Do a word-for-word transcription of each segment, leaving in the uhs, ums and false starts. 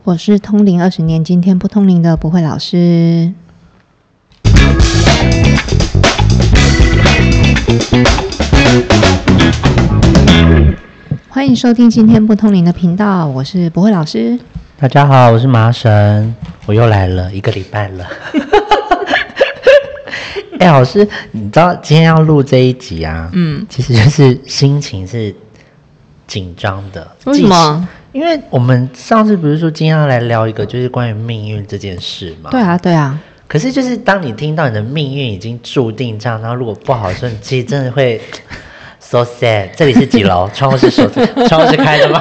我是通灵二十年，今天不通灵的不会老师。欢迎收听今天不通灵的频道，我是不会老师。 大家好，我是麻神，我又来了一个礼拜了。哎、欸，老师，你知道今天要录这一集啊？嗯，其实就是心情是紧张的。 为什么？ 因为我们上次不是说今天要来聊一个就是关于命运这件事吗？ 对啊，对啊。 可是就是当你听到你的命运已经注定这样，然后如果不好说，你其实真的会 so sad。这里是几楼？窗户是锁的，窗户是开的吗？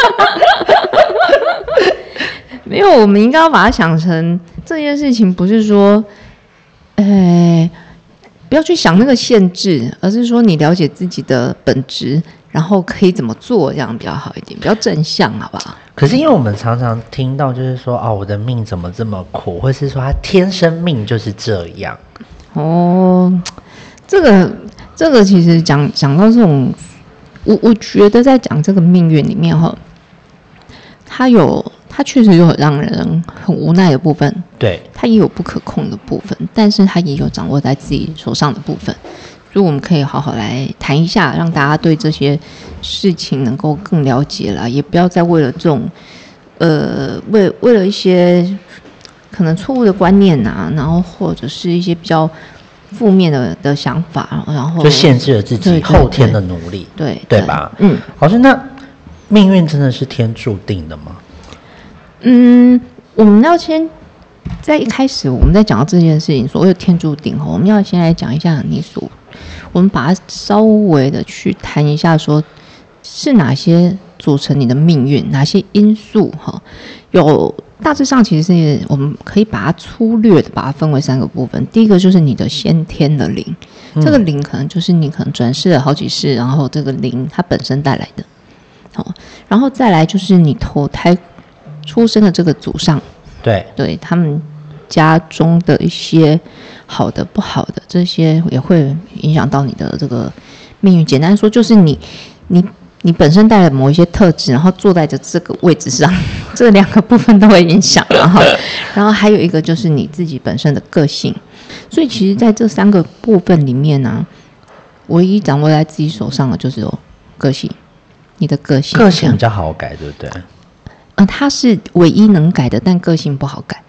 没有，我们应该要把它想成这件事情不是说，呃，不要去想那个限制，而是说你了解自己的本质，然后可以怎么做，这样比较好一点，比较正向，好不好？ 可是因为我们常常听到就是说，哦，我的命怎么这么苦，或是说他天生命就是这样。 哦，这个这个其实讲讲到这种，我我觉得在讲这个命运里面哈，它有。它确实有让人很无奈的部分， 对， 它也有不可控的部分，但是它也有掌握在自己手上的部分，所以我们可以好好来谈一下，让大家对这些事情能够更了解啦，也不要再为了这种，呃，为为了一些可能错误的观念啊，然后或者是一些比较负面的的想法，然后就限制了自己后天的努力， 对 对, 对, 对吧？ 嗯， 老师，那命运真的是天注定的吗？ 嗯，我们要先在一开始我们在讲到这件事情，所谓的天注定，我们要先来讲一下你所，我们把它稍微的去谈一下，说是哪些组成你的命运，哪些因素哈？有大致上其实是我们可以把它粗略的把它分为三个部分。第一个就是你的先天的灵，嗯、这个灵可能就是你可能转世了好几世，然后这个灵它本身带来的，好，然后再来就是你投胎出生的这个祖上， 对对，他们家中的一些好的不好的，这些也会影响到你的这个命运。简单说，就是你你你本身带了某一些特质，然后坐在这个位置上，这两个部分都会影响。然后，然后还有一个就是你自己本身的个性。所以，其实在这三个部分里面呢、啊，唯一掌握在自己手上的就是有个性，你的个性， 个性比较好改，对不对？ 呃，它是唯一能改的，但个性不好改。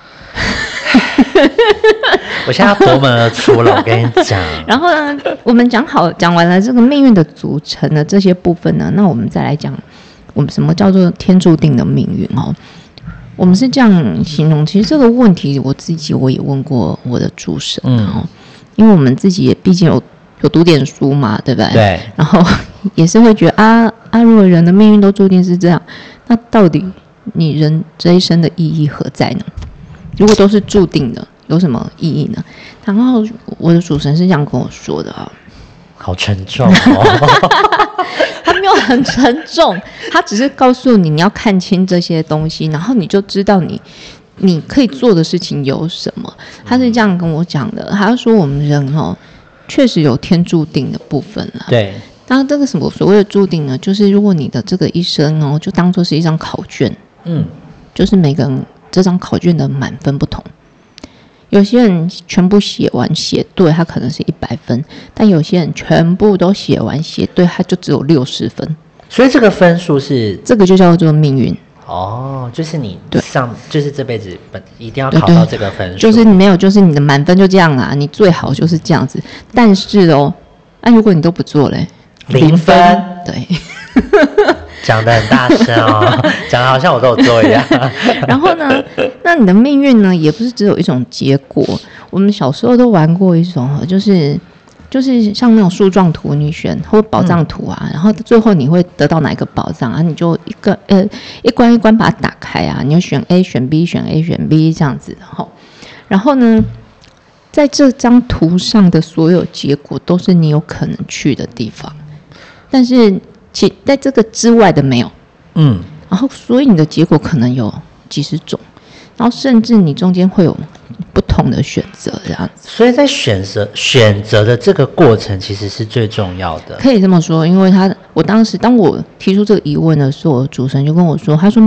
我现在要夺门而出了，我跟你讲。 然后呢，我们讲好讲完了这个命运的组成的这些部分呢，那我们再来讲我们什么叫做天注定的命运哦。我们是这样形容，其实这个问题我自己我也问过我的主神哦，嗯、因为我们自己也毕竟有有读点书嘛，对不对？ 对。 然后也是会觉得啊啊，如果人的命运都注定是这样。那到底你人这一生的意义何在呢？如果都是注定的，有什么意义呢？然后我的主神是这样跟我说的啊， 好沉重哦。 他没有很沉重，他只是告诉你你要看清这些东西，然后你就知道你你可以做的事情有什么。他是这样跟我讲的，他说我们人哦，确实有天注定的部分啦。 对。 那这个什么所谓的注定呢？就是如果你的这个一生哦，就当作是一张考卷，嗯，就是每个人这张考卷的满分不同。有些人全部写完写对，他可能是一百分，但有些人全部都写完写对，他就只有六十分。 所以这个分数是这个就叫做命运。 哦，就是你上就是这辈子本一定要考到这个分数， 就是你没有，就是你的满分就这样啦，你最好就是这样子。但是哦，那、啊、如果你都不做嘞？ 零分， 对， 讲得很大声哦，讲得好像我都有做一样。 然后呢，那你的命运呢，也不是只有一种结果。我们小时候都玩过一种，就是就是像那种树状图，你选或宝藏图啊，嗯、然后最后你会得到哪一个宝藏啊？你就一个呃一关一关把它打开啊，你就选 A 选 B 选 A 选 B 这样子的哈。然后呢，在这张图上的所有结果都是你有可能去的地方。但是其在这个之外的没有，嗯，然后所以你的结果可能有几十种，然后甚至你中间会有不同的选择这样子。 所以在选择选择的这个过程其实是最重要的， 可以这么说。因为他我当时当我提出这个疑问的时候，主神就跟我说，他说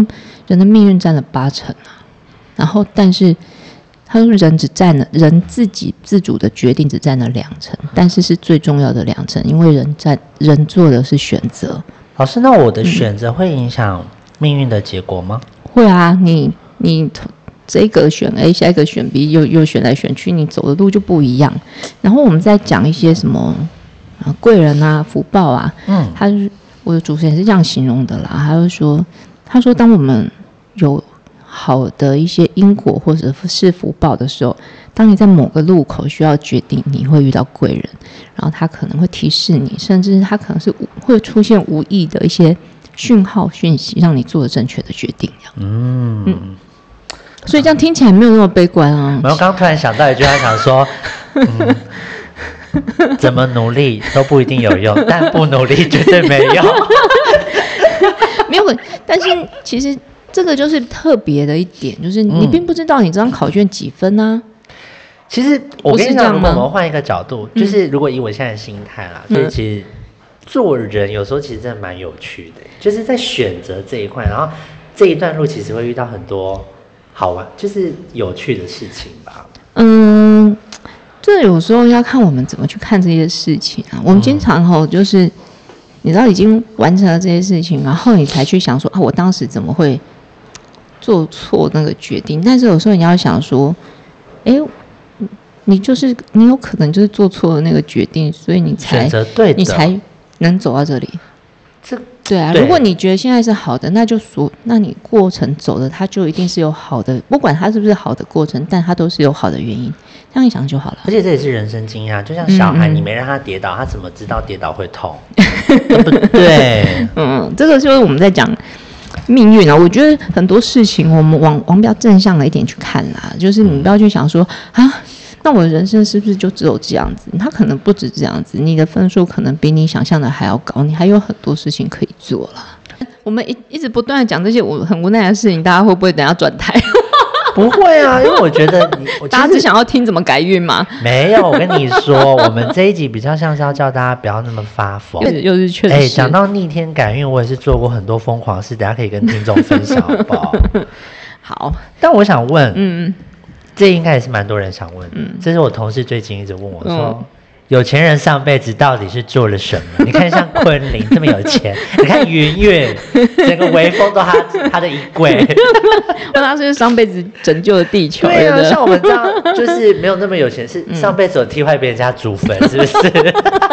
人的命运占了八成啊，然后但是他说人只占了人自己自主的决定只占了两成，但是是最重要的两成，因为人占人做的是选择。 老师，那我的选择会影响命运的结果吗？ 嗯、会啊，你你这个选 A， 下一个选 B， 又又选来选去，你走的路就不一样。然后我们再讲一些什么啊贵人啊、福报啊，嗯，他我的主持人是这样形容的啦，他就说，他说当我们有好的一些因果或者是福报的时候，当你在某个路口需要决定，你会遇到贵人，然后他可能会提示你，甚至他可能是会出现无意的一些讯号讯息，让你做了正确的决定。嗯嗯，所以这样听起来没有那么悲观啊。 我刚刚突然想到一句话，想说，嗯，怎么努力都不一定有用，但不努力绝对没用。 没有，但是其实这个就是特别的一点，就是你并不知道你这张考卷几分啊。 其实我跟你讲，如果我们换一个角度，就是如果以我现在的心态啦，嗯、所以其实做人有时候其实真的蛮有趣的，就是在选择这一块，然后这一段路其实会遇到很多好玩，就是有趣的事情吧。嗯， 这有时候要看我们怎么去看这些事情啊。我们经常吼就是。嗯你知道已经完成了这些事情，然后你才去想说啊，我当时怎么会做错那个决定？但是有时候你要想说，哎，你就是你有可能就是做错了那个决定，所以你才选择对的， 你才能走到这里。 这对啊，如果你觉得现在是好的，那就说，那你过程走的，它就一定是有好的，不管它是不是好的过程，但它都是有好的原因。这样一想就好了。 而且这也是人生经验，就像小孩，嗯嗯你没让他跌倒，他怎么知道跌倒会痛？对不对？ 嗯，这个就是我们在讲命运啊。我觉得很多事情，我们往往比较正向的一点去看啦，就是你不要去想说啊。那我的人生是不是就只有这样子？他可能不止这样子，你的分数可能比你想象的还要高，你还有很多事情可以做啦。我们一一直不断的讲这些我很无奈的事情，大家会不会等一下转台？ 不会啊，因为我觉得你，我大家只想要听怎么改运吗？ 没有，我跟你说，我们这一集比较像是要叫大家不要那么发疯。 又是确实， 哎，讲到逆天改运，我也是做过很多疯狂事，等一下可以跟听众分享，好不好？ 好， 但我想问，嗯。这应该也是蛮多人想问的，嗯，这是我同事最近一直问我说，嗯、有钱人上辈子到底是做了什么？你看像昆凌这么有钱，你看云云，整个微风都他他的衣柜， 问他是上辈子拯救了地球。 对啊，像我们这样就是没有那么有钱，是上辈子有踢坏别人家祖坟，是不是？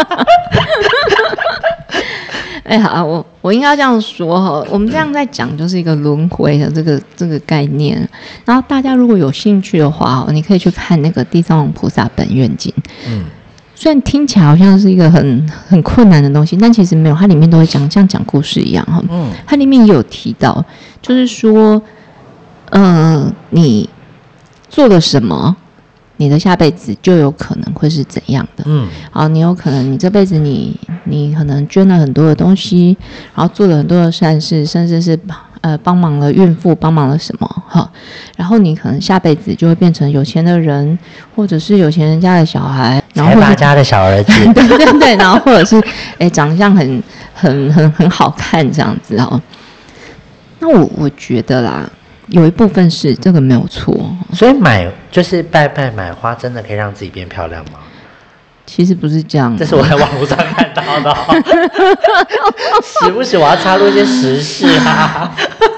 哎，好，我我应该这样说哈，我们这样在讲就是一个轮回的这个这个概念。然后大家如果有兴趣的话，你可以去看那个《地藏王菩萨本愿经》。嗯，虽然听起来好像是一个很很困难的东西，但其实没有，它里面都会讲像讲故事一样哈。嗯，它里面也有提到，就是说，呃，你做了什么？你的下辈子就有可能会是怎样的？嗯，好，你有可能你这辈子你你可能捐了很多的东西，然后做了很多的善事，甚至是呃帮忙了孕妇，帮忙了什么哈，然后你可能下辈子就会变成有钱的人，或者是有钱人家的小孩，然后财阀家的小儿子， 对对对，然后或者是哎长相很很很很好看这样子哦。那我我觉得啦。有一部分是这个没有错， 所以买就是拜拜买花，真的可以让自己变漂亮吗？ 其实不是这样， 这是我在网络上看到的、哦。时不时我要插入一些时事啊。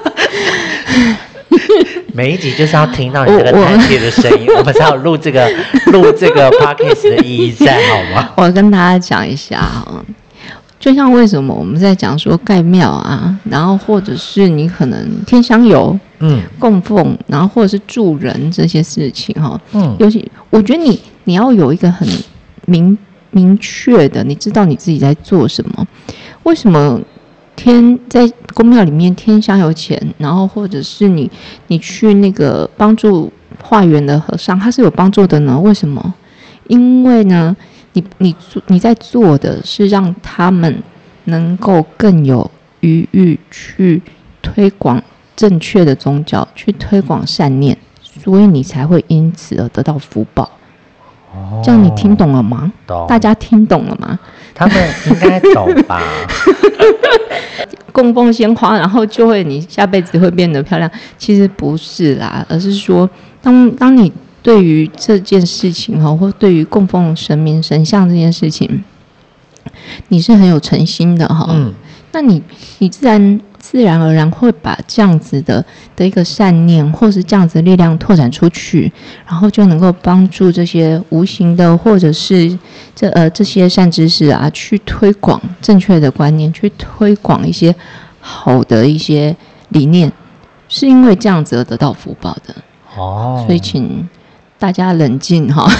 每一集就是要听到你这个叹气的声音，我, 我们才有录这个录这个 podcast 的意义在，好吗？ 我跟大家讲一下哈。就像为什么我们在讲说盖庙啊，然后或者是你可能添香油，嗯，供奉，然后或者是助人这些事情哈，嗯，尤其我觉得你你要有一个很明明确的，你知道你自己在做什么。为什么添在宫庙里面添香油钱，然后或者是你你去那个帮助化缘的和尚，他是有帮助的呢？为什么？因为呢。你你你在做的是让他们能够更有余裕去推广正确的宗教，去推广善念，所以你才会因此而得到福报。哦，这样你听懂了吗？ 懂， 大家听懂了吗？ 他们应该懂吧？ 供奉鲜花，然后就会你下辈子会变得漂亮。其实不是啦，而是说，当当你对于这件事情哈，或对于供奉神明神像这件事情，你是很有诚心的哈，嗯，那你你自然自然而然会把这样子的的一个善念，或是这样子的力量拓展出去，然后就能够帮助这些无形的，或者是这呃这些善知识啊，去推广正确的观念，去推广一些好的一些理念，是因为这样子而得到福报的哦。所以请大家冷静哈。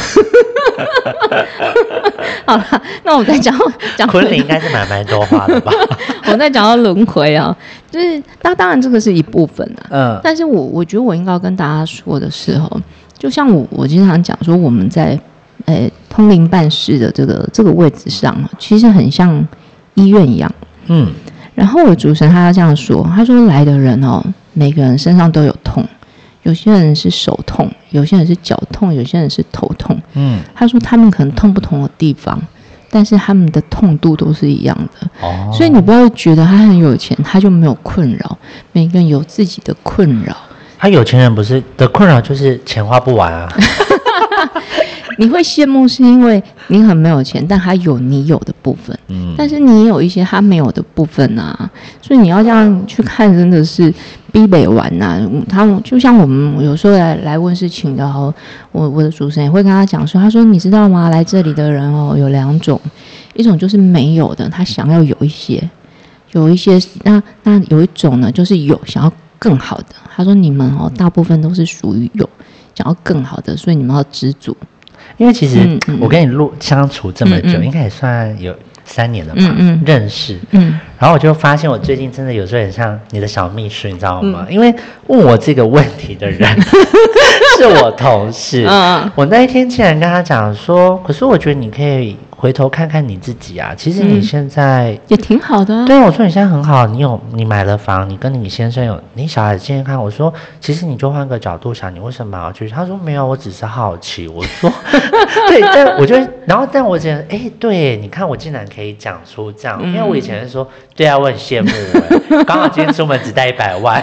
好了，那我再讲讲昆凌应该是买蛮多花的吧？ 我再讲到轮回啊，就是当当然这个是一部分啊，嗯，但是我我觉得我应该要跟大家说的是哦，就像我我经常讲说，我们在呃通灵办事的这个这个位置上，其实很像医院一样，嗯。然后我主持人他这样说，他说来的人哦，每个人身上都有痛。有些人是手痛，有些人是脚痛，有些人是头痛。嗯，他说他们可能痛不同的地方，但是他们的痛度都是一样的。哦，所以你不要觉得他很有钱，他就没有困扰。每个人有自己的困扰。 他有钱人不是的困扰就是钱花不完啊。 你会羡慕是因为你很没有钱，但他有你有的部分，嗯，但是你也有一些他没有的部分啊，所以你要这样去看，真的是逼北玩呐。他就像我们有时候来来问事情的哦，我我的主持人也会跟他讲说，他说你知道吗？来这里的人哦有两种，一种就是没有的，他想要有一些，有一些那那有一种呢，就是有想要更好的。他说你们哦大部分都是属于有想要更好的，所以你们要知足。 因为其实我跟你录相处这么久，嗯嗯、应该也算有三年了吧，嗯嗯、认识。嗯，然后我就发现我最近真的有时候很像你的小秘书，你知道吗？嗯、因为问我这个问题的人是我同事。嗯，我那一天竟然跟他讲说，可是我觉得你可以回头看看你自己啊，其实你现在、嗯、 也挺好的、啊。 对，我说你现在很好，你有你买了房，你跟你先生有你小孩子健康。我说其实你就换个角度想，你为什么要去？他说没有，我只是好奇。我说对，但我就然后但我觉得哎，对，你看我竟然可以讲出这样，嗯、因为我以前是说对啊，我很羡慕哎，刚好今天出门只带一百万。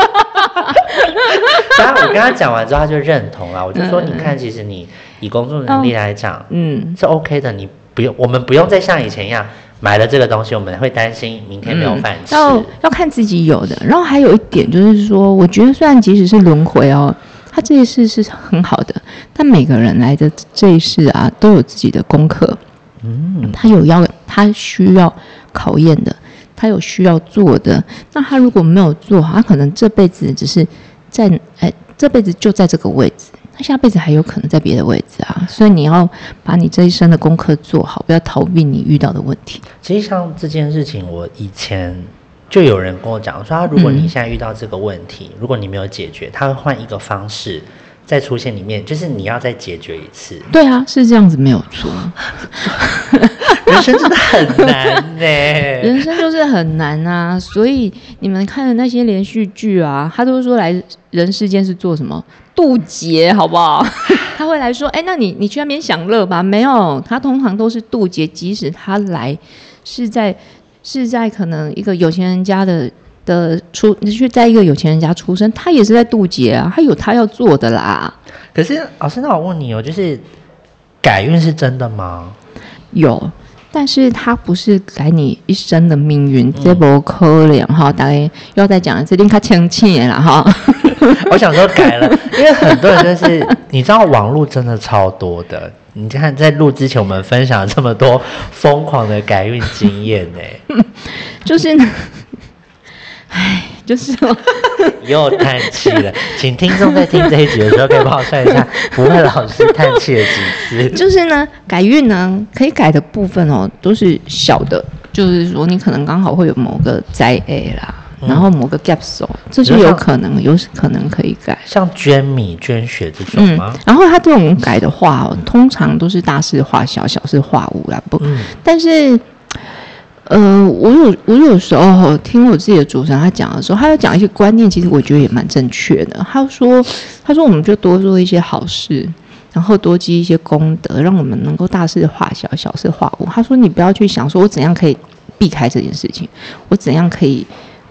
然后我跟他讲完之后，他就认同了。我就说，你看，其实你以工作能力来讲，嗯，是 OK 的。你不用，我们不用再像以前一样买了这个东西，我们会担心明天没有饭吃。 嗯、要要看自己有的。然后还有一点就是说，我觉得虽然即使是轮回哦，他这一世是很好的，但每个人来的这一世啊，都有自己的功课。嗯，他有要他需要考验的。他有需要做的，那他如果没有做，他可能这辈子只是在哎，这辈子就在这个位置，他下辈子还有可能在别的位置啊。所以你要把你这一生的功课做好，不要逃避你遇到的问题。 其实像这件事情，我以前就有人跟我讲说，他如果你现在遇到这个问题，嗯、如果你没有解决，他会换一个方式再出现里面，就是你要再解决一次。 对啊，是这样子没有错。 人生真的很难呢、欸， 人生就是很难啊，所以你们看的那些连续剧啊，他都说来人世间是做什么渡劫，好不好？他会来说，哎、欸，那你你去那边享乐吧？没有，他通常都是渡劫，即使他来是在是在可能一个有钱人家的的出，你去在一个有钱人家出生，他也是在渡劫啊，他有他要做的啦。 可是老师，那我问你哦，就是改运是真的吗？ 有。但是它不是改你一生的命运，这不可能哈！大概要再讲一次，你较清气了哈。 我想说改了，因为很多人就是你知道网络真的超多的。你看在录之前，我们分享了这么多疯狂的改运经验呢、欸， 就是唉，就是又叹气了，请听众在听这一集的时候可以帮我算一下，不会老师叹气了几次。 就是呢，改运呢可以改的部分哦，都是小的，就是说你可能刚好会有某个灾害啦，嗯、然后某个 gap 手，这就有可能有可能可以改。 像捐米、捐血这种吗？ 嗯、然后它这种改的话哦，通常都是大事化小，小事化无啦，不，嗯、但是。呃，我有我有时候听我自己的主持人他讲的时候，他要讲一些观念，其实我觉得也蛮正确的。他说，他说我们就多做一些好事，然后多积一些功德，让我们能够大事化小，小事化无。他说，你不要去想说我怎样可以避开这件事情，我怎样可以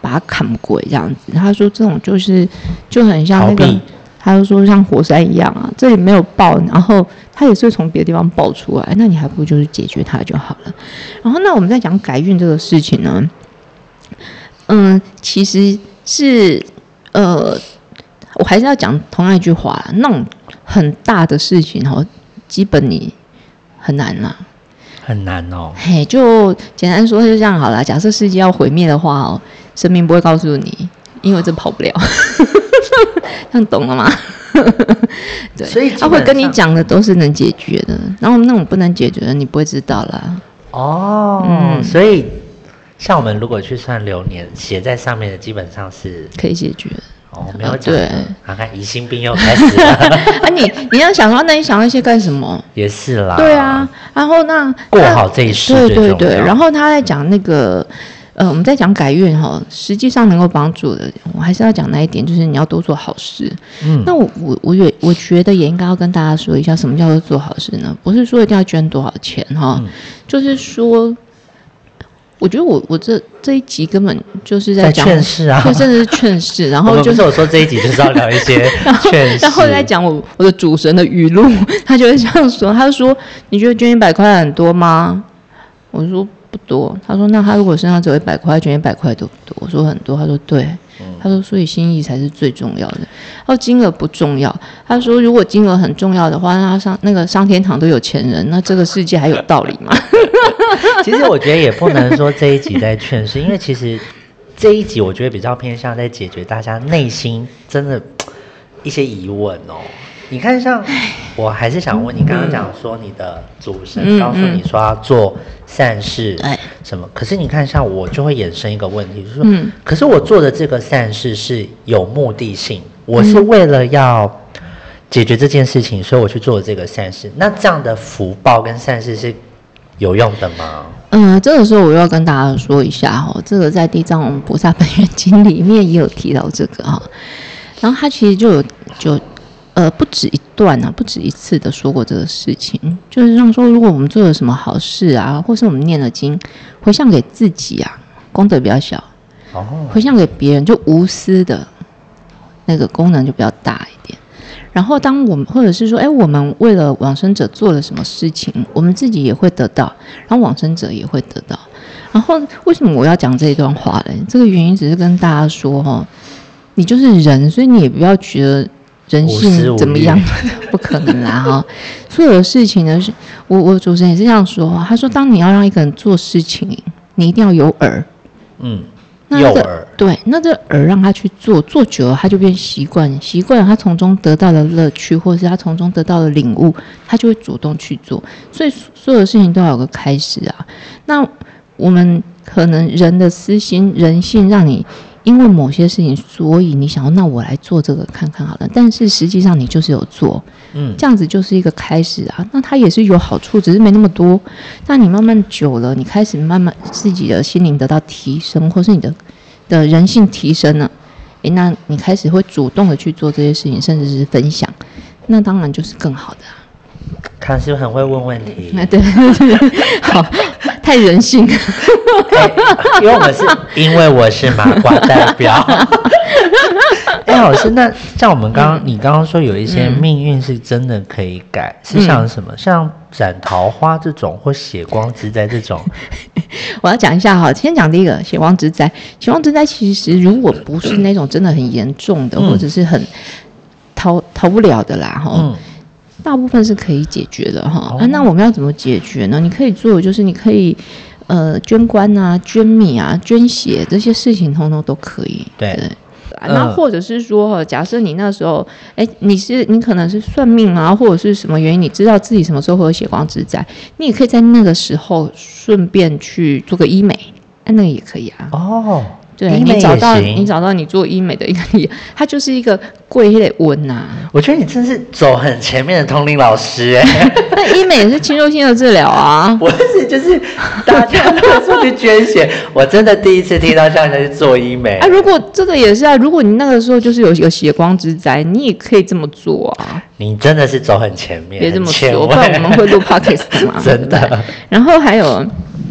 把它砍鬼这样子。他说这种就是就很像那个，他就说像火山一样啊，这里没有爆，然后它也是从别的地方爆出来，那你还不如就是解决它就好了。然后那我们在讲改运这个事情呢，嗯，其实是呃，我还是要讲同样一句话啦，那种很大的事情哈，基本你很难啦。 很难哦， 嘿，就简单说就这样好了。假设世界要毁灭的话哦，神明不会告诉你，因为这跑不了，这样懂了吗？对，所以他会跟你讲的都是能解决的，然后那种不能解决的，你不会知道啦。 哦，嗯，所以像我们如果去算流年，写在上面的基本上是可以解决的。 哦，没有讲的，看看疑心病又开始了。 啊，你你要想说，那你想那些干什么？ 也是啦。 对啊，然后那过好这一世最重要。 对对对，然后他在讲那个，呃，我们在讲改运哈，实际上能够帮助的，我还是要讲那一点，就是你要多做好事。嗯，那我我我也我觉得也应该要跟大家说一下，什么叫做做好事呢？不是说一定要捐多少钱哈，嗯，就是说。我觉得我我这这一集根本就是在讲劝世啊， 对，真的是劝世。然后就不是我说这一集就是要聊一些劝世， 然后在讲我我的主神的语录，他就会这样说，他就说你觉得捐一百块很多吗？我说不多。他说那他如果身上只有一百块，捐一百块多不多？我说很多。他说对。他说所以心意才是最重要的，他说金额不重要。他说如果金额很重要的话，那他上那个上天堂都有钱人，那这个世界还有道理吗？ 其实我觉得也不能说这一集在劝世，因为其实这一集我觉得比较偏向在解决大家内心真的一些疑问哦。你看像我还是想问你，刚刚讲说你的主神告诉你说要做善事什么，可是你看像我就会衍生一个问题，就是说，嗯，可是我做的这个善事是有目的性，我是为了要解决这件事情，所以我去做这个善事，那这样的福报跟善事是有用的吗？ 嗯，这个时候我又要跟大家说一下哈，这个在《地藏王菩萨本愿经》里面也有提到这个哈，然后他其实就有就。呃，不止一段啊，不止一次的说过这个事情，就是让说，如果我们做了什么好事啊，或是我们念了经，回向给自己啊，功德比较小；哦，回向给别人就无私的那个功能就比较大一点。然后，当我们或者是说，哎，我们为了往生者做了什么事情，我们自己也会得到，然后往生者也会得到。然后，为什么我要讲这一段话呢？这个原因只是跟大家说，哈，你就是人，所以你也不要觉得。人性怎么样？不可能啦哈！所有的事情呢，是我我主持人也是这样说。他说，当你要让一个人做事情，你一定要有饵。嗯，那有饵。对，那这饵让他去做，做久了他就变习惯，习惯了他从中得到了乐趣，或者是他从中得到了领悟，他就会主动去做。所以所有的事情都要有个开始啊。那我们可能人的私心、人性让你。因为某些事情，所以你想要那我来做这个看看好了，但是实际上你就是有做，嗯，这样子就是一个开始啊。那它也是有好处，只是没那么多。那你慢慢久了，你开始慢慢自己的心灵得到提升，或是你的的人性提升了，诶，那你开始会主动的去做这些事情，甚至是分享，那当然就是更好的啊。 看是不是很会问问题？ 对对对，好，太人性。 欸、因为我们是因为我是麻瓜代表。哎、欸，老师，那像我们刚刚、嗯、你刚刚说有一些命运是真的可以改，嗯、是像什么？像斩桃花这种，或血光之灾这种。 我要讲一下哈，先讲第一个血光之灾。血光之灾其实如果不是那种真的很严重的，嗯、或者是很逃逃不了的啦哈。嗯，大部分是可以解决的哈、哦啊。那我们要怎么解决呢？你可以做，就是你可以呃捐棺啊、捐米啊、捐血这些事情，通通都可以。 对。 对啊、那或者是说，假设你那时候，哎，你是你可能是算命啊，或者是什么原因，你知道自己什么时候会有血光之灾，你也可以在那个时候顺便去做个医美，那那个也可以啊。 哦。 对，你找到你找到你做医美的一个理由，它就是一个贵的温呐。 我觉得你真是走很前面的通灵老师哎、欸。 那医美也是侵入性的治疗啊。 我是就是大家都说去捐血，我真的第一次听到叫人家去做医美。 啊，如果这个也是啊，如果你那个时候就是有有血光之灾，你也可以这么做啊。 你真的是走很前面， 别这么说，不然我们会录 podcast 嘛。 真的。 然后还有。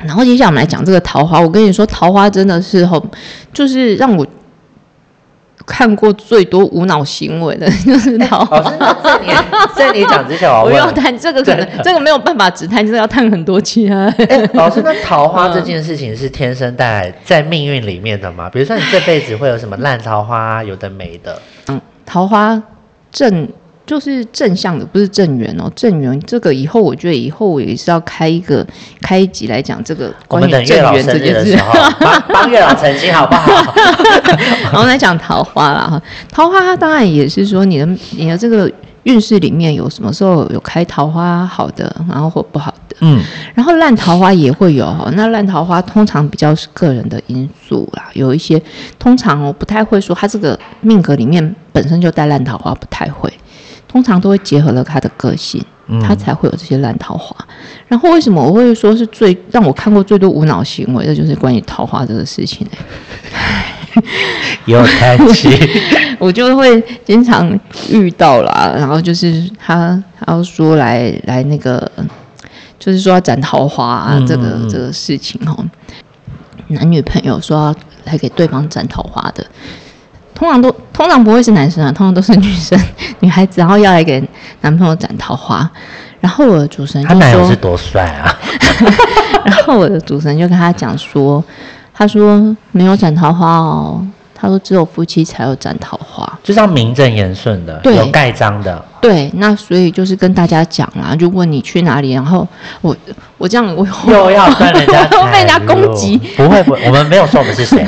然后接下来我们来讲这个桃花。我跟你说，桃花真的是吼，就是让我看过最多无脑行为的，就是桃花。 欸、老师，在你讲之前我， 我要谈这个，可能这个没有办法只谈，这个要谈很多期啊。 欸、老师，那桃花这件事情是天生带来在命运里面的吗？比如说你这辈子会有什么烂桃花，有的没的。 嗯，桃花正。就是正向的，不是正缘哦。正缘这个以后，我觉得以后我也是要开一个开一集来讲这个关于正缘这件事。 帮帮月老澄清好不好？ 然后来讲桃花啦哈，桃花它当然也是说你的你的这个运势里面有什么时候有开桃花好的，然后或不好的，嗯，然后烂桃花也会有哈。那烂桃花通常比较是个人的因素啦，有一些通常我不太会说他这个命格里面本身就带烂桃花，不太会。通常都会结合了他的个性，他才会有这些烂桃花。然后为什么我会说是最让我看过最多无脑行为的，就是关于桃花这个事情呢、欸？ 有叹气， 我就会经常遇到啦。然后就是他他要说来来那个，就是说要斩桃花、啊嗯、这个这个事情哦，男女朋友说要来给对方斩桃花的。通常都通常不会是男生啊，通常都是女生、女孩子，然后要来给男朋友斩桃花。然后我的主持人就说：“ 他男友是多帅啊！” 然后我的主持人就跟他讲说：“他说没有斩桃花哦，他说只有夫妻才有斩桃花， 就是要名正言顺的，有盖章的。” 对，那所以就是跟大家讲啦，如果你去哪里，然后我我这样我又要断人家财路， 被人家攻击， 不会不会，我们没有说我们是谁。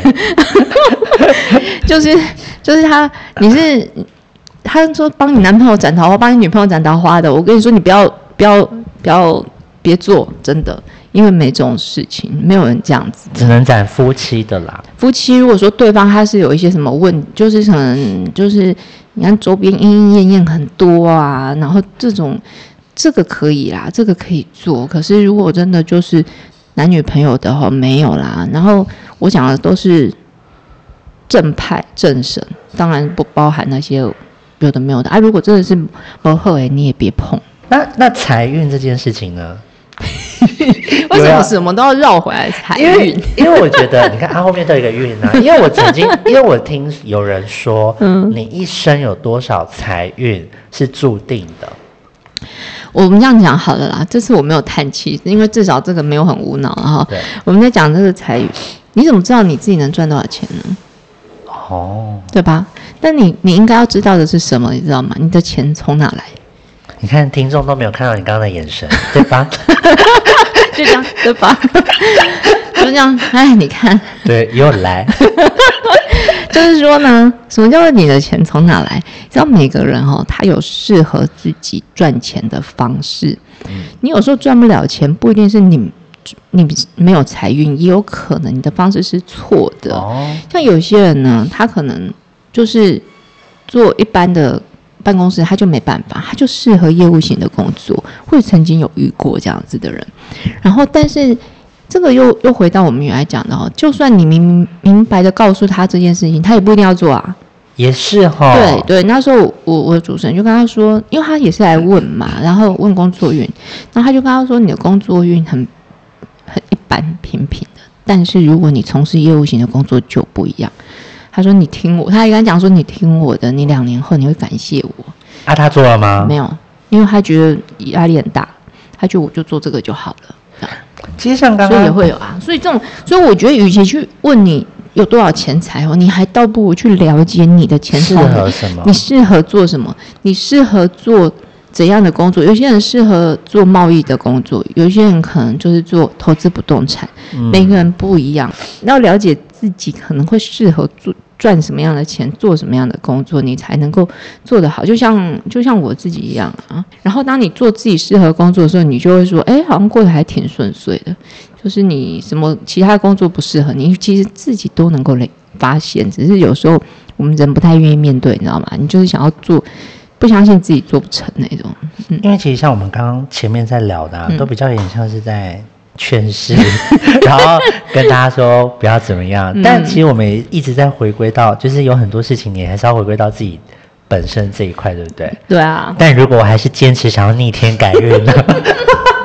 就是就是他，你是他说帮你男朋友斩桃花，帮你女朋友斩桃花的。我跟你说，你不要不要不要别做，真的，因为没这种事情，没有人这样子。 只能斩夫妻的啦。 夫妻如果说对方他是有一些什么问，就是可能就是你看周边莺莺燕燕很多啊，然后这种这个可以啦，这个可以做。可是如果真的就是男女朋友的话，没有啦。然后我讲的都是正派正神，当然不包含那些有的没有的啊。如果真的是不合欸，你也别碰。 那那财运这件事情呢？ 为什么什么都要绕回来财运？ 因为因为我觉得，你看它后面都有一个运啊。因为我曾经，因为我听有人说，嗯，你一生有多少财运是注定的。 我们这样讲好了啦，这次我没有叹气，因为至少这个没有很无脑哈。我们在讲这个财运，你怎么知道你自己能赚多少钱呢？哦，对吧？但你你应该要知道的是什么，你知道吗？你的钱从哪来？ 你看听众都没有看到你刚刚的眼神，对吧？ 就这样，对吧？就这样，哎，你看， 对，又来。 就是说呢，什么叫做你的钱从哪来？知道每个人哦，他有适合自己赚钱的方式。嗯、你有时候赚不了钱，不一定是你你没有财运，也有可能你的方式是错的。哦、像有些人呢，他可能就是做一般的办公室，他就没办法，他就适合业务型的工作，或者曾经有遇过这样子的人。然后，但是这个又又回到我们原来讲的哦，就算你明明白的告诉他这件事情，他也不一定要做啊。也是哈、哦，对对，那时候我我的主持人就跟他说，因为他也是来问嘛，然后问工作运，然后他就跟他说，你的工作运很很一般平平的，但是如果你从事业务型的工作就不一样。他说你听我，他也跟他讲说你听我的，你两年后你会感谢我。啊，他做了吗？没有，因为他觉得压力很大，他觉得我就做这个就好了。其实像刚刚，所以也会有啊，所以这种，所以我觉得，与其去问你有多少钱财哦，你还倒不如去了解你的钱适合什么，你适合做什么，你适合做怎样的工作。有些人适合做贸易的工作，有些人可能就是做投资不动产，嗯、每个人不一样。要了解自己可能会适合做赚什么样的钱，做什么样的工作，你才能够做得好。就像就像我自己一样啊。然后当你做自己适合工作的时候，你就会说，哎，好像过得还挺顺遂的。就是你什么其他工作不适合你，其实自己都能够发现，只是有时候我们人不太愿意面对，你知道吗？你就是想要做，不相信自己做不成那种。嗯、因为其实像我们刚刚前面在聊的、啊嗯，都比较有点像是在劝世，然后跟大家说不要怎么样。嗯、但其实我们也一直在回归到，就是有很多事情你还是要回归到自己本身这一块，对不对？对啊。但如果我还是坚持想要逆天改运呢？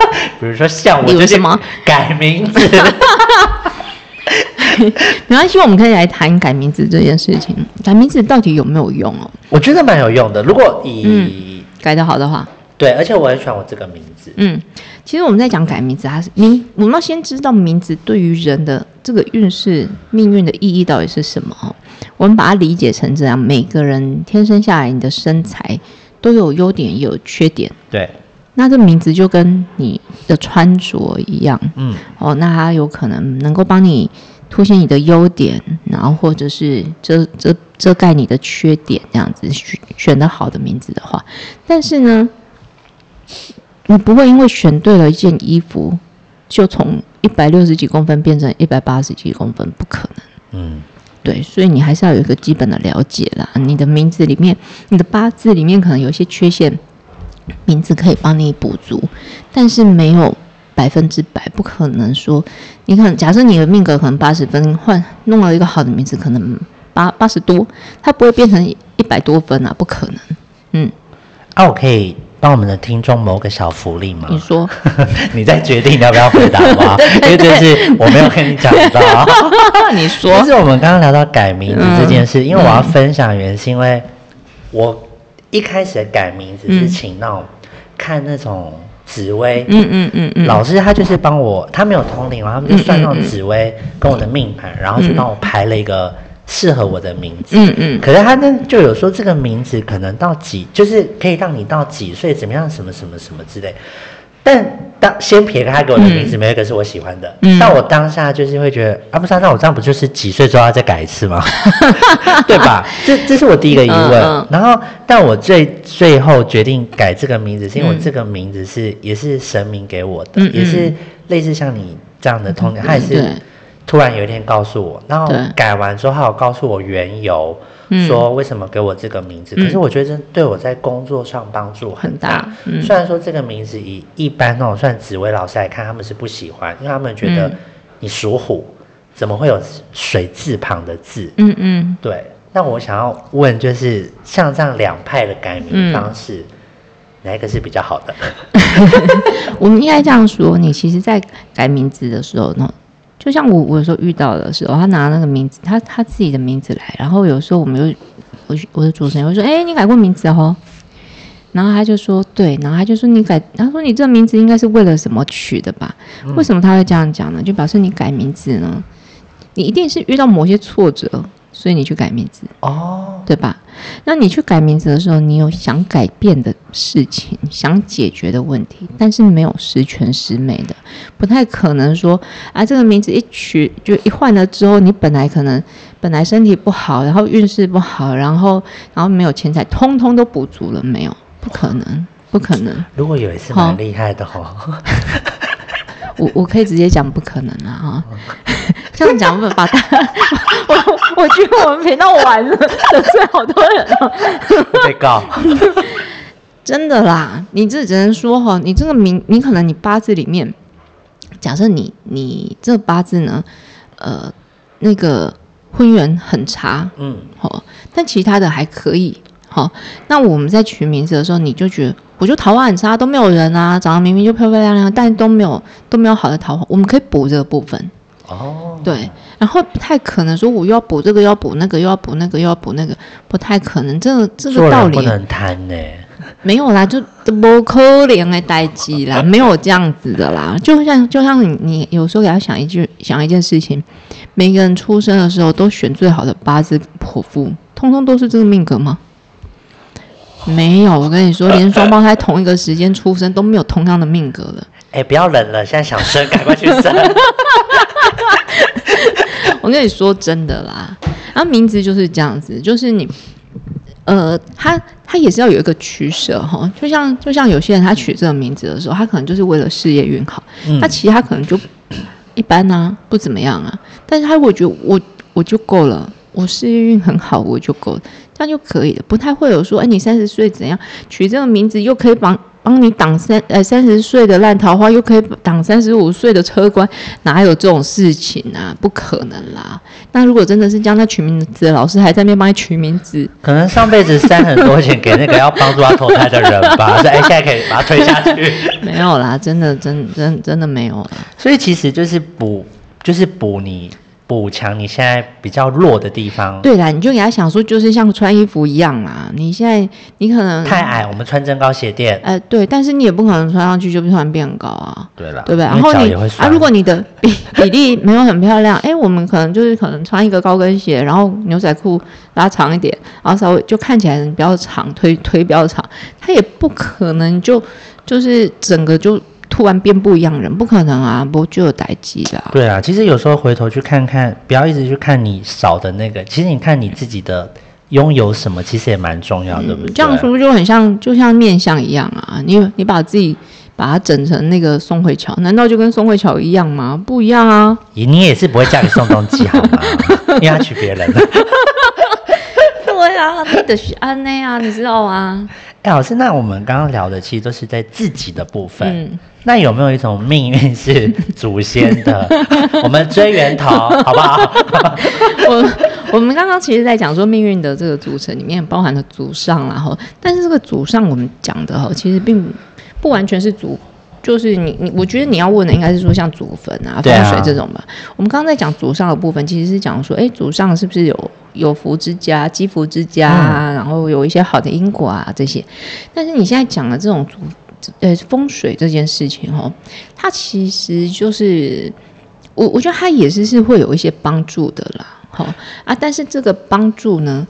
比如说像我就是改名字。 没关系，我们可以来谈改名字这件事情。改名字到底有没有用哦？ 我觉得蛮有用的，如果以、 嗯、改得好的话。 对，而且我很喜欢我这个名字。 嗯，其实我们在讲改名字，它是名，我们要先知道名字对于人的这个运势、命运的意义到底是什么哦。我们把它理解成这样：每个人天生下来，你的身材都有优点也有缺点。 对。 那这名字就跟你的穿着一样， 嗯， 哦，那它有可能能够帮你凸显你的优点，然后或者是遮遮遮盖你的缺点，这样子选选得好的名字的话，但是呢，你不会因为选对了一件衣服，就从一百六十几公分变成一百八十几公分，不可能。嗯，对，所以你还是要有一个基本的了解啦。你的名字里面，你的八字里面可能有一些缺陷。名字可以帮你补足，但是没有百分之百，不可能说你可能假设你的命格可能八十分，换弄了一个好的名字，可能八八十多，它不会变成一百多分啊，不可能。嗯， 啊，我可以帮我们的听众谋个小福利吗？ 你说， 你再决定你要不要回答好不好？因为这是我没有跟你讲到。 你说， 就是我们刚刚聊到改名字这件事，嗯、因为我要分享原因是因为我。一开始的改名字是请那种、嗯、看那种紫微，嗯嗯嗯嗯，老师他就是帮我，他没有通灵，然后他们就算那种紫微跟我的命盘，然后就帮我排了一个适合我的名字，嗯嗯。可是他那就有说这个名字可能到几，就是可以让你到几岁怎么样，什么什么什么之类。但当先撇开他给我的名字，没有一个是我喜欢的。嗯，但我当下就是会觉得啊，不是、啊，那我这样不就是几岁之后要再改一次吗？对吧？这这是我第一个疑问。嗯嗯、然后，但我最最后决定改这个名字，是因为我这个名字是、嗯、也是神明给我的，嗯嗯、也是类似像你这样的通灵，他也是突然有一天告诉我，然后改完之后，他有告诉我缘由。说为什么给我这个名字、嗯、可是我觉得这对我在工作上帮助很大, 很大、嗯、虽然说这个名字以一般那种算紫微老师来看他们是不喜欢，因为他们觉得你属虎、嗯、怎么会有水字旁的字，嗯嗯，对。那我想要问就是像这样两派的改名方式、嗯、哪一个是比较好的？ 我们应该这样说，你其实在改名字的时候呢，就像我我有时候遇到的时候，他拿那个名字，他他自己的名字来，然后有时候我们又我我的主持人会说，哎、欸，你改过名字哦，然后他就说对，然后他就说你改，他说你这个名字应该是为了什么取的吧？嗯、为什么他会这样讲呢？就表示你改名字呢，你一定是遇到某些挫折，所以你去改名字哦，对吧？那你去改名字的时候，你有想改变的事情，想解决的问题，但是没有十全十美的，不太可能说啊，这个名字一取就一换了之后，你本来可能本来身体不好，然后运势不好，然后然后没有钱财，通通都补足了没有？不可能，不可能。 如果有一次蛮厉害的哦。 我我可以直接讲不可能啊哈，这样讲把他，我我觉得我们频道完了，得罪好多人了， 被告。 真的啦，你这只能说哈，你这个名，你可能你八字里面，假设你你这八字呢，呃，那个婚缘很差，嗯，好，但其他的还可以，好，那我们在取名字的时候，你就觉得。我就桃花很差，都没有人啊，长得明明就漂漂亮亮，但都没有都没有好的桃花，我们可以补这个部分。哦，对，然后不太可能说我又要补这个，又要补那个，又要补那个，又要补那个，不太可能。这个这个道理不能贪呢。 没有啦，就不可能的代志啦，没有这样子的啦。就像就像你你有时候也要想一句想一件事情，每个人出生的时候都选最好的八字剖腹，通通都是这个命格吗？没有，我跟你说，连双胞胎同一个时间出生都没有同样的命格了。 哎、欸，不要忍了，现在想生，赶快去生。 我跟你说真的啦，然后名字就是这样子，就是你，呃，他他也是要有一个取舍哈，就像就像有些人他取这个名字的时候，他可能就是为了事业运好，嗯、他其他可能就一般啊，不怎么样啊，但是他会觉得我我就够了。我事业运很好，我就够了，这样就可以了，不太会有说，哎，你三十岁怎样取这个名字又可以帮帮你挡三呃三十岁的烂桃花，又可以挡三十五岁的车关，哪有这种事情啊？不可能啦！那如果真的是将他取名字的老师还在那边帮你取名字， 可能上辈子塞很多钱给那个要帮助他投胎的人吧，所以哎，现在可以把他推下去。 没有啦，真的真真真的没有啦。 所以其实就是补，就是补你。补强你现在比较弱的地方。 对啦，你就给他想说，就是像穿衣服一样啦。你现在你可能太矮，我们穿增高鞋垫。 呃，对，但是你也不可能穿上去就突然变高啊。 对了， 对不对？然后你啊，如果你的比比例没有很漂亮，哎，我们可能就是可能穿一个高跟鞋，然后牛仔裤拉长一点，然后稍微就看起来比较长，腿腿比较长，它也不可能就就是整个就。突然变不一样人，不可能啊，不就有代际啦。 对啊，其实有时候回头去看看，不要一直去看你少的那个，其实你看你自己的拥有什么，其实也蛮重要的，对不对？ 这样说就很像，就像面相一样啊。你你把自己把它整成那个宋慧乔，难道就跟宋慧乔一样吗？不一样啊。 你也是不会嫁给宋仲基好吗？因为他娶别人了。 对啊，你的是安内啊，你知道吗？ 哎、欸，老师，那我们刚刚聊的其实都是在自己的部分。 嗯， 那有没有一种命运是祖先的？我们追源头，好不好？ 我我们刚刚其实在讲说命运的这个组成里面包含了祖上啦，哈，但是这个祖上我们讲的哈，其实并不完全是祖。就是你你，我觉得你要问的应该是说像祖坟啊、风水这种吧。啊、我们刚刚在讲祖上的部分，其实是讲说，哎，祖上是不是有有福之家、积福之家啊、嗯，然后有一些好的因果啊这些。但是你现在讲的这种祖呃风水这件事情哈，它其实就是我我觉得它也是是会有一些帮助的啦，哈啊，但是这个帮助呢。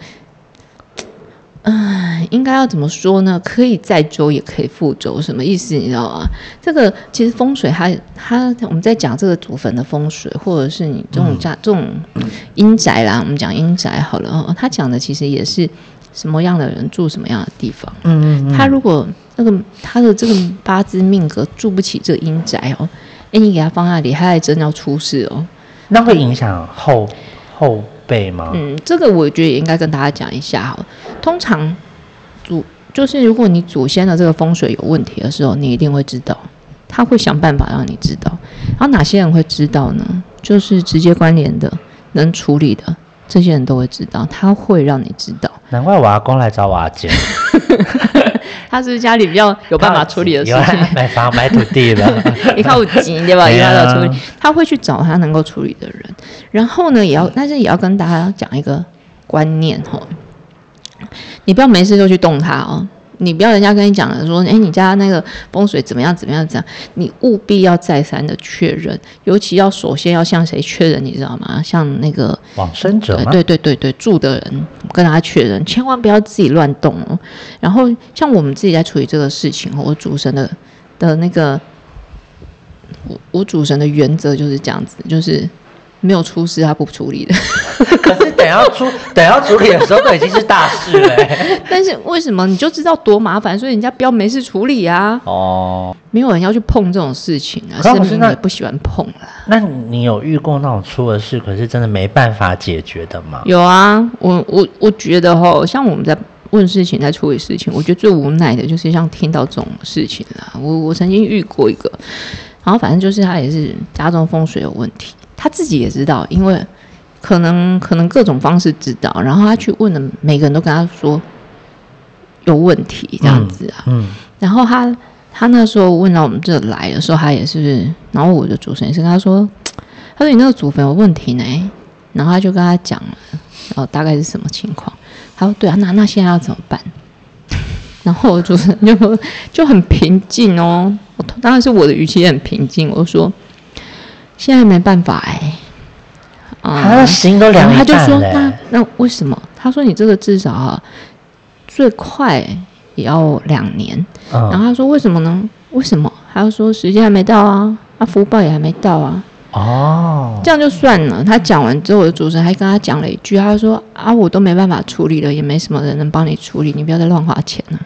嗯，应该要怎么说呢？可以载舟，也可以覆舟，什么意思？你知道吗？这个其实风水它，它它我们在讲这个祖坟的风水，或者是你这种家、嗯、这种阴宅啦，我们讲阴宅好了，他讲的其实也是什么样的人住什么样的地方。嗯嗯，他如果那个他的这个八字命格住不起这个阴宅哦，哎，你给他放那里，他还真要出事哦。 那会影响后后。 嗯，这个我觉得也应该跟大家讲一下哈。通常祖就是如果你祖先的这个风水有问题的时候，你一定会知道，他会想办法让你知道。然后哪些人会知道呢？就是直接关联的、能处理的，这些人都会知道，他会让你知道。 难怪我阿公来找我阿姐。 他是不是家里比较有办法处理的事情？ 买房买土地了， 一靠紧对吧？一靠要处理，他会去找他能够处理的人。然后呢，也要，但是也要跟大家讲一个观念哈，你不要没事就去动它哦。你不要人家跟你讲了说，哎，你家那个风水怎么样怎么样怎样，你务必要再三的确认，尤其要首先要向谁确认，你知道吗？像那个往生者吗？ 对对对对，住的人跟他确认，千万不要自己乱动哦。然后像我们自己在处理这个事情，我主神的的那个，我我主神的原则就是这样子，就是没有出事他不处理的。 可是等要出等要处理的时候都已经是大事了、欸。 但是为什么你就知道多麻烦，所以人家不要没事处理啊？哦，没有人要去碰这种事情啊，是民也不喜欢碰啦。 那你有遇过那种出了事，可是真的没办法解决的吗？ 有啊，我我我觉得齁，像我们在问事情、在处理事情，我觉得最无奈的就是像听到这种事情啦。我我曾经遇过一个，然后反正就是他也是家中风水有问题，他自己也知道，因为。可能可能各种方式知道，然后他去问了，每个人都跟他说有问题这样子啊。嗯。嗯然后他他那时候问到我们这来的时候，他也是，然后我的主持人也是跟他说，他说你那个祖坟有问题呢，然后他就跟他讲了，然后大概是什么情况。他说对啊，那那现在要怎么办？然后我主持人就就很平静哦，我当然是我的语气也很平静，我就说现在没办法哎、欸。 他的心都凉一半了、欸、 他就说那那为什么？他说你这个至少啊，最快也要两年、嗯。然后他说为什么呢？为什么？他说时间还没到啊，啊福报也还没到啊。哦，这样就算了。他讲完之后，我的主持人还跟他讲了一句，他说啊，我都没办法处理了，也没什么人能帮你处理，你不要再乱花钱了。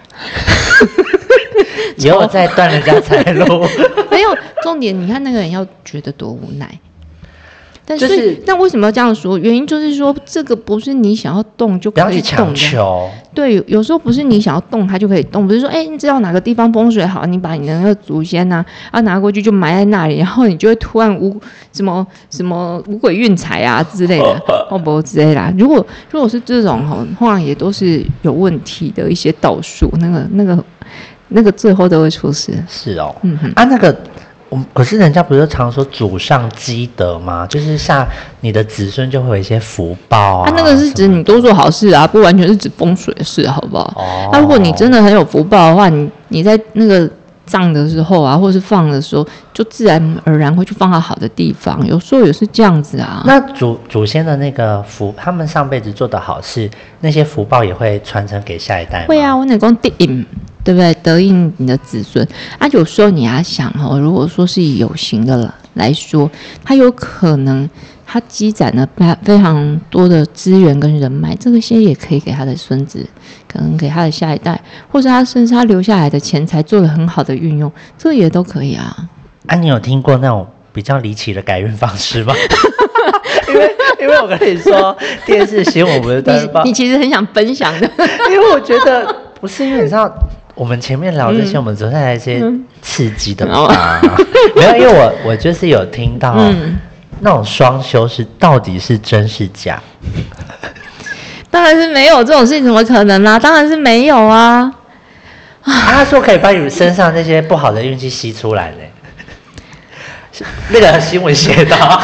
以后再断人家财路。 没有重点，你看那个人要觉得多无奈。 但是、就是，但为什么要这样说？原因就是说，这个不是你想要动就可以动的。不要去强求。对，有时候不是你想要动它就可以动，不是说，哎、欸，你知道哪个地方风水好，你把你的那个祖先呐、啊，啊拿过去就埋在那里，然后你就会突然无什么什么五鬼运财啊之类的，哦不之类啦。如果如果是这种哈，通常也都是有问题的一些道术，那个那个那个最后都会出事。 是哦，嗯哼，啊那个。可是人家不是常说祖上积德吗？就是像你的子孙就会有一些福报啊。 啊，那个是指你多做好事啊，不完全是指风水的事，好不好？哦。那、啊、如果你真的很有福报的话，你你在那个葬的时候啊，或是放的时候，就自然而然会去放到好的地方。有时候也是这样子啊。 那祖祖先的那个福，他们上辈子做的好事，那些福报也会传承给下一代吗？ 会啊，我哪公地引。对不对？得应你的子孙啊，有时候你要想哦，如果说是以有形的来说，他有可能他积攒了非常多的资源跟人脉，这些也可以给他的孙子，可能给他的下一代，或者他甚至他留下来的钱财做了很好的运用，这也都可以啊。 啊，你有听过那种比较离奇的改运方式吗？因为因为我跟你说，电视新闻不是在报， 你其实很想分享的， 因为我觉得不是，因为你知道。我们前面聊这些，嗯、我们昨天来一些刺激的吧？嗯、没有，因为我我就是有听到、嗯、那种双修是到底是真是假？ 当然是没有这种事情，怎么可能啦、啊？当然是没有啊！ 啊他说可以把你身上那些不好的运气吸出来嘞，那个新闻写到。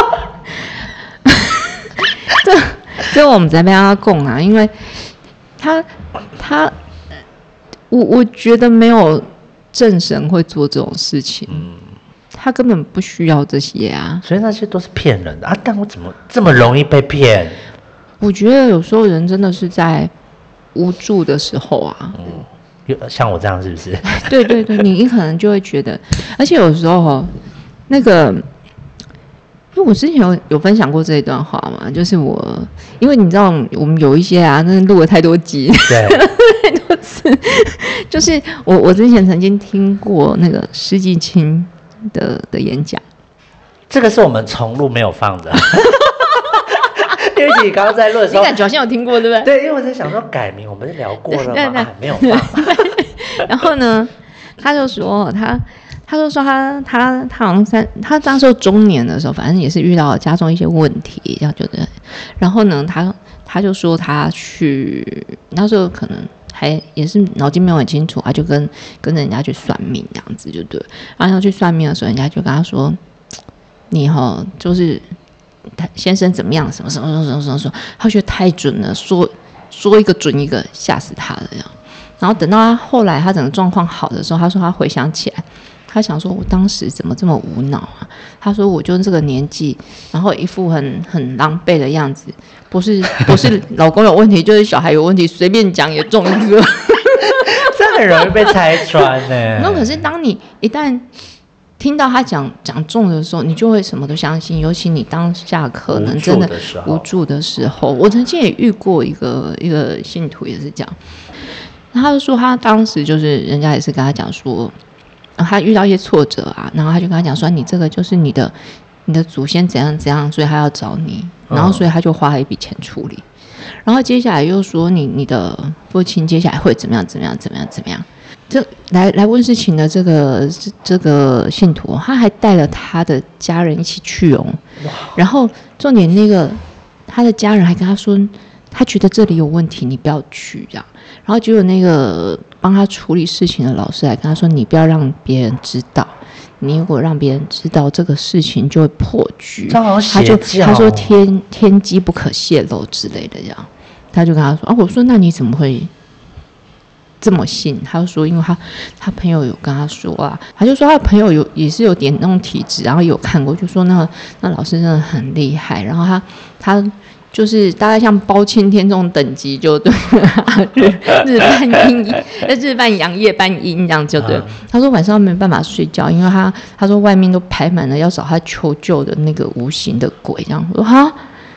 这这我们在被他供啊，因为他他。我我觉得没有正神会做这种事情，嗯，他根本不需要这些啊， 所以那些都是骗人的啊！但我怎么这么容易被骗？ 我觉得有时候人真的是在无助的时候啊， 嗯，像我这样是不是？ 对对对，你你可能就会觉得，而且有时候那个。因为我之前有有分享过这一段话嘛，就是我，因为你知道我们有一些啊，那录了太多集， 对， 太多次，就是我我之前曾经听过那个施季青的的演讲， 这个是我们重录没有放的，因为你刚刚在录的时候， 你感觉好像有听过对不对？ 对，因为我在想说改名，我们是聊过了嘛，啊、没有放。 然后呢，他就说他。他就说他他他好像三，他当时候中年的时候，反正也是遇到家中一些问题，这样觉得。然后呢，他他就说他去那时候可能还也是脑筋没有很清楚，他就跟跟人家去算命这样子就对。然后去算命的时候，人家就跟他说：“你齁就是他先生怎么样？什么什么什么什么什么。”他觉得太准了，说说一个准一个，吓死他了这样。然后等到他后来他整个状况好的时候，他说他回想起来。他想说，我当时怎么这么无脑啊？他说，我就这个年纪，然后一副很很狼狈的样子，不是不是老公有问题，就是小孩有问题，随便讲也中一个， 这很容易被拆穿呢。 那可是当你一旦听到他讲讲中的时候，你就会什么都相信，尤其你当下可能真的无助的时候。我曾经也遇过一个一个信徒也是这样，他就说他当时就是人家也是跟他讲说。他遇到一些挫折啊，然后他就跟他讲说：“你这个就是你的，你的祖先怎样怎样，所以他要找你，然后所以他就花了一笔钱处理。然后接下来又说你你的父亲接下来会怎么样怎么样怎么样怎么样。这来来问事情的这个这个信徒，他还带了他的家人一起去哦。然后重点那个他的家人还跟他说，他觉得这里有问题，你不要去这样。然后结果那个。”帮他处理事情的老师来跟他说：“你不要让别人知道，你如果让别人知道这个事情就会破局。”他就他说天天机不可泄露之类的这样，他就跟他说：“啊，我说那你怎么会这么信？”他就说：“因为他他朋友有跟他说啊，他就说他的朋友有也是有点那种体质，然后有看过，就说那那老师真的很厉害，然后他他。”就是大概像包青天这种等级就对了，日日半阴，日半阳夜半阴这样就对了。他说晚上没办法睡觉，因为他他说外面都排满了要找他求救的那个无形的鬼这样。我说哈，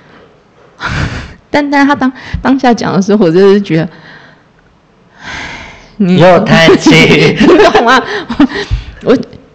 但但他当当下讲的时候，我真的是觉得， 你有叹气， 你懂吗？我这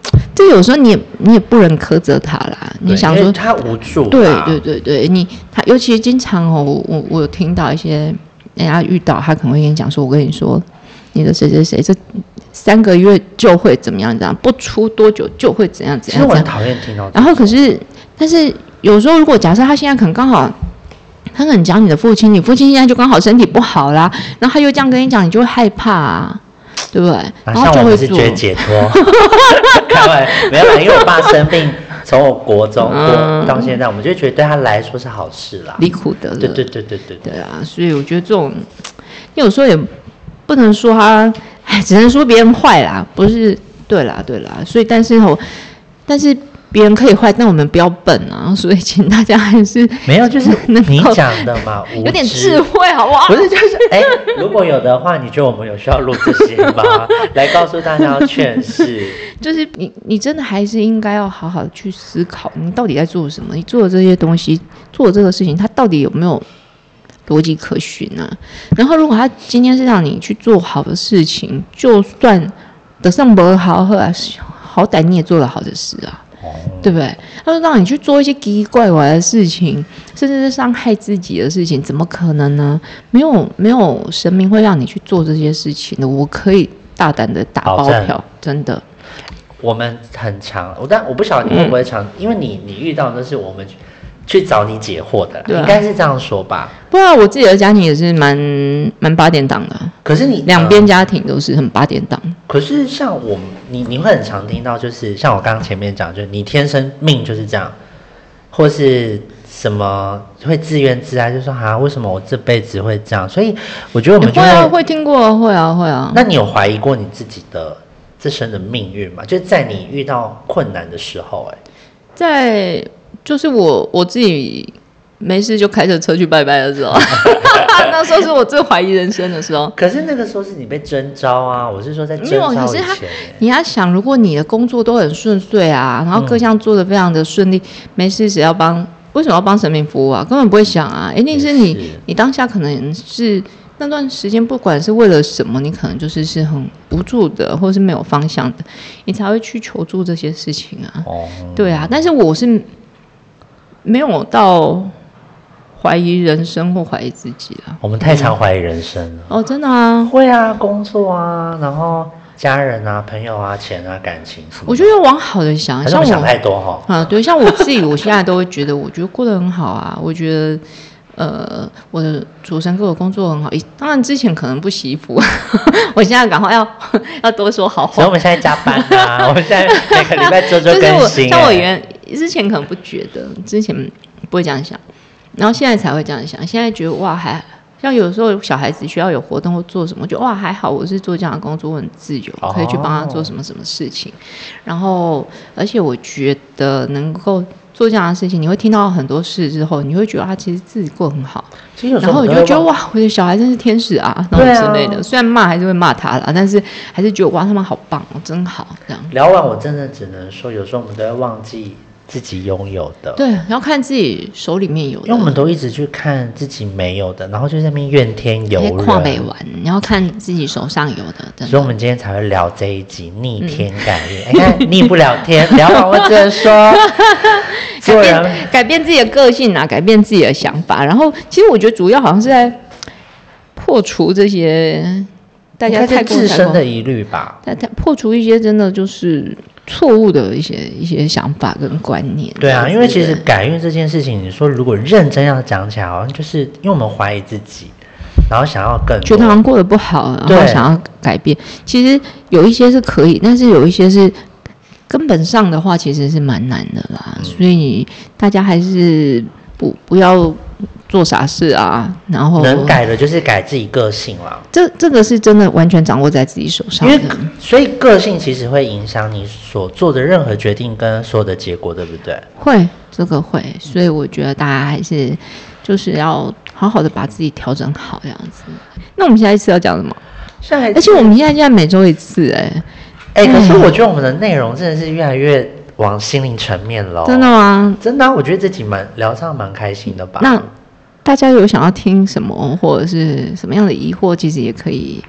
是有时候你也你也不能苛责他啦，你想说他无助， 对对对对，你他尤其经常哦，我我我有听到一些人家遇到，他可能会跟你讲说，我跟你说，你的谁谁谁这三个月就会怎么样怎样，不出多久就会怎样怎样。 其实我很讨厌听到。 然后可是，但是有时候如果假设他现在可能刚好。他可能讲你的父亲，你父亲现在就刚好身体不好啦，然后他又这样跟你讲，你就会害怕啊，对不对？ 啊、 然后就会做。 像我是觉得解脱，开玩没有啦，因为我爸生病，从我国中过到现在，我们就觉得对他来说是好事啦， 离苦得乐。 对对对对对对啊，所以我觉得这种，你有时候也不能说他，哎，只能说别人坏啦，不是？对啦对啦，所以但是我，但是。别人可以坏，但我们不要笨啊！所以请大家还是没有，就是你讲的嘛， 有点智慧，好不好？ 不是，就是哎，如果有的话，你觉得我们有需要录这些吗？来告诉大家要劝世， 就是你，你真的还是应该要好好的去思考，你到底在做什么？你做的这些东西，做的这个事情，它到底有没有逻辑可循啊？然后，如果他今天是让你去做好的事情，就算得上不好喝啊，好歹你也做了好的事啊。对不对？他说让你去做一些奇奇怪怪的事情，甚至是伤害自己的事情，怎么可能呢？没有没有神明会让你去做这些事情的。我可以大胆的打包票，真的。 我们很常，我但我不晓得你会不会常，嗯、因为你你遇到的是我们去找你解惑的，啊、应该是这样说吧？ 不然、啊、我自己的家庭也是蛮蛮八点档的。 可是你两边家庭都是很八点档。 可是像我，你你会很常听到，就是像我刚刚前面讲，就是你天生命就是这样，或是什么会自怨自艾，就说啊，为什么我这辈子会这样？所以我觉得我们就会会啊，会听过，会啊，会啊。 那你有怀疑过你自己的自身的命运吗？就在你遇到困难的时候、欸，哎， 在就是我我自己。没事就开着车去拜拜的时候，那时候是我最怀疑人生的时候。 可是那个时候是你被征召啊，我是说在征召以前。可是他， 你要想，如果你的工作都很顺遂啊，然后各项做得非常的顺利，嗯、没事只要帮，为什么要帮神明服务啊？根本不会想啊，一定是你，是你当下可能是那段时间，不管是为了什么，你可能就是是很无助的，或是没有方向的，你才会去求助这些事情啊。哦，对啊，但是我是没有到。怀疑人生或怀疑自己啊？ 我们太常怀疑人生了。 哦，真的啊？ 会啊，工作啊，然后家人啊、朋友啊、钱啊、感情什么。 我觉得要往好的想，像我想太多哈。 啊，对，像我自己，我现在都会觉得，我觉得过得很好啊。我觉得，呃，我的主神给我工作很好。当然之前可能不惜福，我现在赶快要要多说好话。 所以我们现在加班啊，我们现在每个礼拜周周更新、欸。 像我原之前可能不觉得，之前不会这样想。然后现在才会这样想，现在觉得哇，还像有时候小孩子需要有活动或做什么，就哇还好，我是做这样的工作，我很自由，可以去帮他做什么什么事情。哦、然后，而且我觉得能够做这样的事情，你会听到很多事之后，你会觉得他其实自己过得很好。 其实有时候然后你就觉得哇，我的小孩真是天使啊，然后之类的。啊、虽然骂还是会骂他啦，但是还是觉得哇，他们好棒哦，真好。这样聊完，我真的只能说，有时候我们都会忘记。自己拥有的， 对，然后看自己手里面有的， 因为我们都一直去看自己没有的，然后就在那边怨天尤人， 跨北玩，然后看自己手上有的， 所以我们今天才会聊这一集逆天改运。哎、嗯，看逆不了天，聊完我只能说， 改变改变自己的个性啊，改变自己的想法。然后，其实我觉得主要好像是在破除这些大家太自身的疑虑吧， 破除一些真的就是错误的一些一些想法跟观念。 对啊，因为其实改运这件事情，你说如果认真要讲起来，好像就是因为我们怀疑自己，然后想要更觉得好像过得不好，然后想要改变。其实有一些是可以，但是有一些是根本上的话，其实是蛮难的啦。嗯、所以大家还是不不要做傻事啊，然后能改的就是改自己个性啦。 这这个是真的完全掌握在自己手上的， 因为所以个性其实会影响你所做的任何决定跟所有的结果，对不对？ 会，这个会。所以我觉得大家还是就是要好好的把自己调整好这样子。那我们下一次要讲什么？ 下一次， 而且我们现在现在每周一次、欸，哎哎、欸，可是我觉得我们的内容真的是越来越往心灵层面了。 真的吗？ 真的、啊，我觉得这集蛮聊上蛮开心的吧。 那大家有想要听什么或者是什么样的疑惑，其实也可以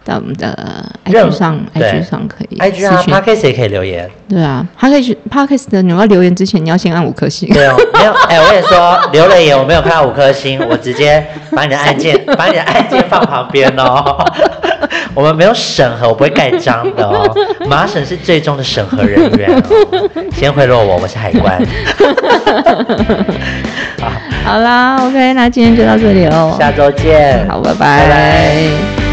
到我们的 I G 上 ，I G 上可以 ，I G 上 Podcast 也可以留言。 对啊 ，Podcast Podcast 的你要留言之前，你要先按五颗星。 对哦，没有，哎、欸，我跟你说，留了言我没有看到五颗星，我直接把你的按键把你的按键放旁边哦。我们没有审核，我不会盖章的哦。麻省是最终的审核人员哦。先贿赂我，我是海关。 好，好啦 ，OK， 那今天就到这里哦。 下周见。 好，拜拜。 拜拜。